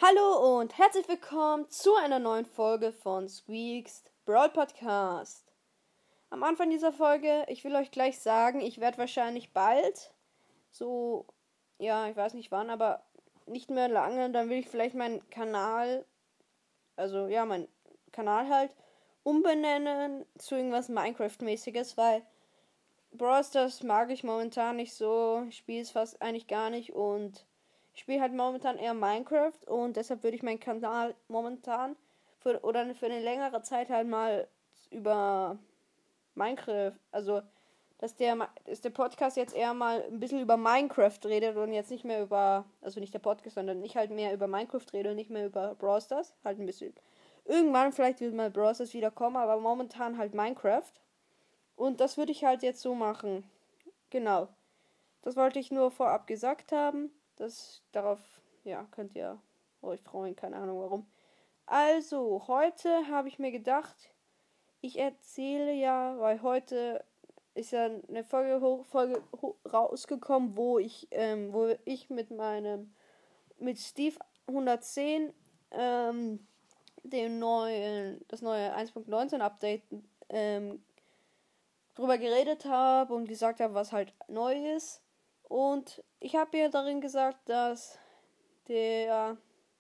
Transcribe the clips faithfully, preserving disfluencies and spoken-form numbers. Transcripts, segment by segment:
Hallo und herzlich willkommen zu einer neuen Folge von Squeaks Brawl Podcast. Am Anfang dieser Folge, ich will euch gleich sagen, ich werde wahrscheinlich bald, so, ja, ich weiß nicht wann, aber nicht mehr lange, dann will ich vielleicht meinen Kanal, also ja, meinen Kanal halt, umbenennen zu irgendwas Minecraft-mäßiges, weil Brawl Stars mag ich momentan nicht so, ich spiele es fast eigentlich gar nicht und ich spiele halt momentan eher Minecraft und deshalb würde ich meinen Kanal momentan für, oder für eine längere Zeit halt mal über Minecraft, also dass der, dass der Podcast jetzt eher mal ein bisschen über Minecraft redet und jetzt nicht mehr über, also nicht der Podcast, sondern ich halt mehr über Minecraft rede und nicht mehr über Brawl Stars, halt ein bisschen. Irgendwann vielleicht wird mal Brawl Stars wieder kommen, aber momentan halt Minecraft. Und das würde ich halt jetzt so machen. Genau. Das wollte ich nur vorab gesagt haben. Das darauf, ja, könnt ihr euch freuen, keine Ahnung warum. Also, heute habe ich mir gedacht, ich erzähle ja, weil heute ist ja eine Folge, hoch, Folge hoch, rausgekommen, wo ich, ähm, wo ich mit meinem, mit Steve hundertzehn, ähm, dem neuen, das neue eins Punkt neunzehn Update, ähm, drüber geredet habe und gesagt habe, was halt neu ist. Und ich habe ihr darin gesagt, dass der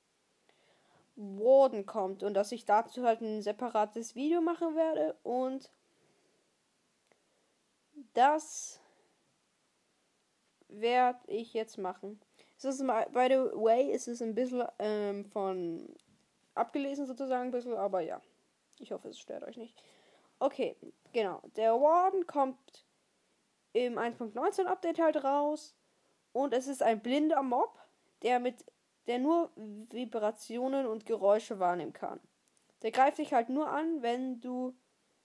Warden kommt und dass ich dazu halt ein separates Video machen werde. Und das werde ich jetzt machen. Es ist, by the way, ist es ein bisschen ähm, von abgelesen sozusagen ein bisschen, aber ja. Ich hoffe, es stört euch nicht. Okay, genau. Der Warden kommt im eins Punkt neunzehn Update halt raus. Und es ist ein blinder Mob, der mit der nur Vibrationen und Geräusche wahrnehmen kann. Der greift dich halt nur an, wenn du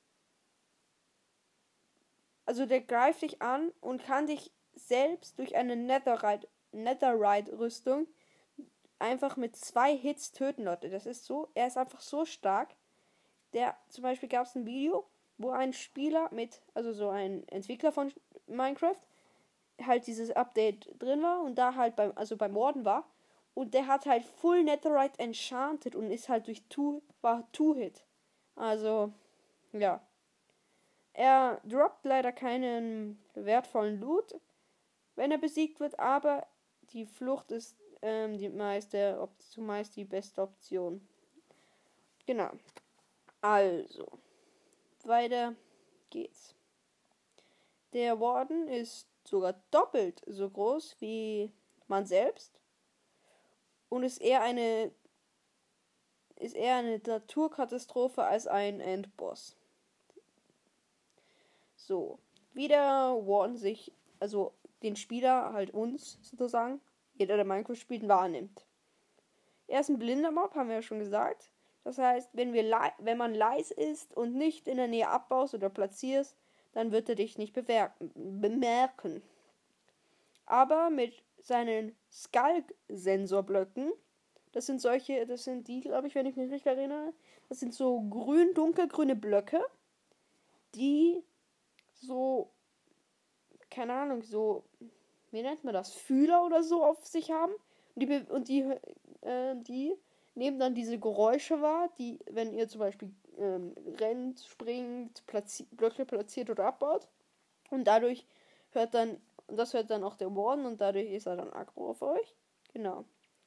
also der greift dich an und kann dich selbst durch eine Netherite Netherite Rüstung einfach mit zwei Hits töten, Leute. Das ist so, er ist einfach so stark. Der zum Beispiel gab es ein Video, wo ein Spieler mit, also so ein Entwickler von Minecraft halt dieses Update drin war und da halt beim, also beim Warden war. Und der hat halt Full Netherite enchanted und ist halt durch Two, war Two-Hit. Also, ja. Er droppt leider keinen wertvollen Loot, wenn er besiegt wird, aber die Flucht ist ähm, die meiste, zumeist die beste Option. Genau. Also, weiter geht's. Der Warden ist sogar doppelt so groß wie man selbst und ist eher eine ist eher eine Naturkatastrophe als ein Endboss. So, wie der Warden sich, also den Spieler, halt uns sozusagen, jeder der Minecraft spielt, wahrnimmt. Er ist ein blinder Mob, haben wir ja schon gesagt. Das heißt, wenn, wir le- wenn man leise ist und nicht in der Nähe abbaust oder platzierst, dann wird er dich nicht bewerken, bemerken. Aber mit seinen Skalk-Sensorblöcken, das sind solche, das sind die, glaube ich, wenn ich mich richtig erinnere, das sind so grün, dunkelgrüne Blöcke, die so, keine Ahnung, so, wie nennt man das, Fühler oder so auf sich haben. Und die, und die, äh, die nehmen dann diese Geräusche wahr, die, wenn ihr zum Beispiel ähm, rennt, springt, platzi- Blöcke platziert oder abbaut. Und dadurch hört dann, und das hört dann auch der Warden und dadurch ist er dann aggro auf euch. Genau.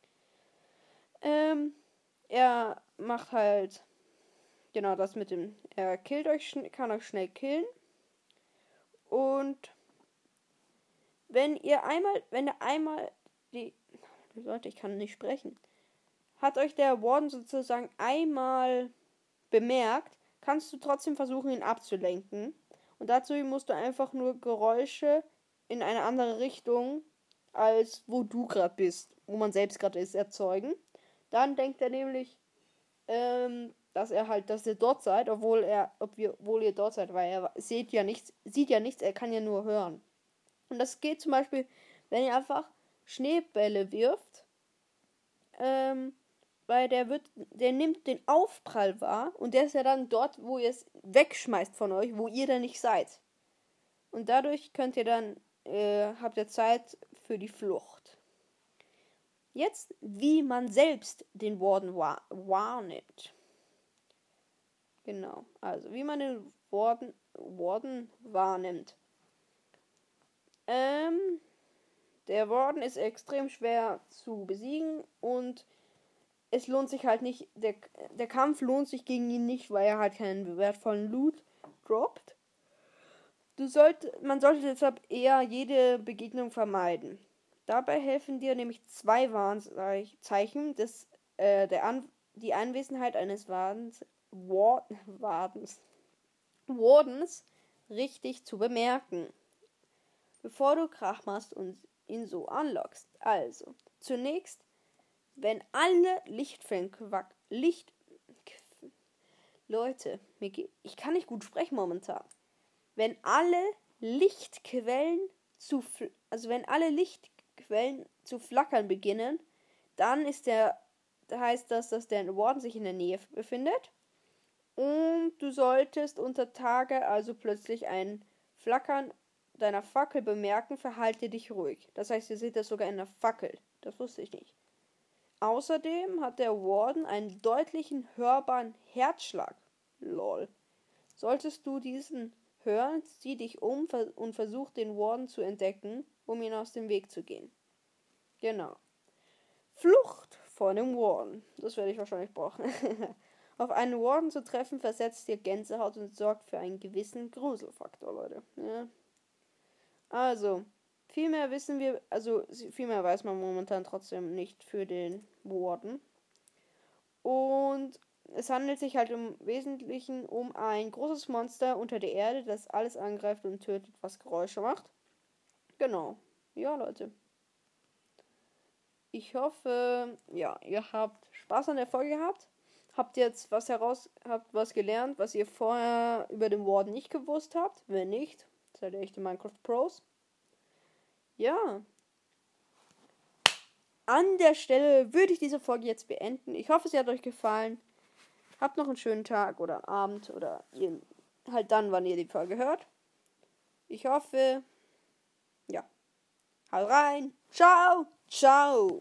Ähm, er macht halt genau das mit dem, er killt euch, kann euch schnell killen. Und wenn ihr einmal, wenn er einmal die, Leute, ich kann nicht sprechen, hat euch der Warden sozusagen einmal bemerkt, kannst du trotzdem versuchen, ihn abzulenken. Und dazu musst du einfach nur Geräusche in eine andere Richtung, als wo du gerade bist, wo man selbst gerade ist, erzeugen. Dann denkt er nämlich, ähm, dass er halt, dass ihr dort seid, obwohl er, ob wir, obwohl ihr dort seid, weil er sieht ja nichts, sieht ja nichts, er kann ja nur hören. Und das geht zum Beispiel, wenn ihr einfach Schneebälle wirft, ähm, weil der wird, der nimmt den Aufprall wahr und der ist ja dann dort, wo ihr es wegschmeißt von euch, wo ihr dann nicht seid. Und dadurch könnt ihr dann, äh, habt ihr Zeit für die Flucht. Jetzt, wie man selbst den Warden wahr wahrnimmt. Genau, also wie man den Warden, Warden wahrnimmt. Ähm, der Warden ist extrem schwer zu besiegen und es lohnt sich halt nicht, der, der Kampf lohnt sich gegen ihn nicht, weil er halt keinen wertvollen Loot droppt. Du sollt, man sollte deshalb eher jede Begegnung vermeiden. Dabei helfen dir nämlich zwei Warnzeichen, das, äh, der An die Anwesenheit eines Wardens, War Wardens, Wardens richtig zu bemerken, bevor du Krach machst und ihn so anlockst. Also, zunächst, wenn alle Lichtquellen, Licht, Leute, ich kann nicht gut sprechen momentan. Wenn alle Lichtquellen zu, also wenn alle Lichtquellen zu flackern beginnen, dann ist der, heißt das, dass der Warden sich in der Nähe befindet. Und du solltest unter Tage also plötzlich ein Flackern deiner Fackel bemerken, verhalte dich ruhig. Das heißt, ihr seht das sogar in der Fackel. Das wusste ich nicht. Außerdem hat der Warden einen deutlichen hörbaren Herzschlag. Lol. Solltest du diesen hören, zieh dich um und versuch den Warden zu entdecken, um ihn aus dem Weg zu gehen. Genau. Flucht vor dem Warden. Das werde ich wahrscheinlich brauchen. Auf einen Warden zu treffen, versetzt dir Gänsehaut und sorgt für einen gewissen Gruselfaktor, Leute. Ja. Also, viel mehr wissen wir, also viel mehr weiß man momentan trotzdem nicht für den Warden. Und es handelt sich halt im Wesentlichen um ein großes Monster unter der Erde, das alles angreift und tötet, was Geräusche macht. Genau. Ja, Leute. Ich hoffe, ja, ihr habt Spaß an der Folge gehabt. Habt jetzt was heraus, habt was gelernt, was ihr vorher über den Warden nicht gewusst habt. Wenn nicht, seid ihr echte Minecraft Pros. Ja. An der Stelle würde ich diese Folge jetzt beenden. Ich hoffe, sie hat euch gefallen. Habt noch einen schönen Tag oder Abend oder ihr, halt dann, wann ihr die Folge hört. Ich hoffe, ja. Haut rein. Ciao. Ciao.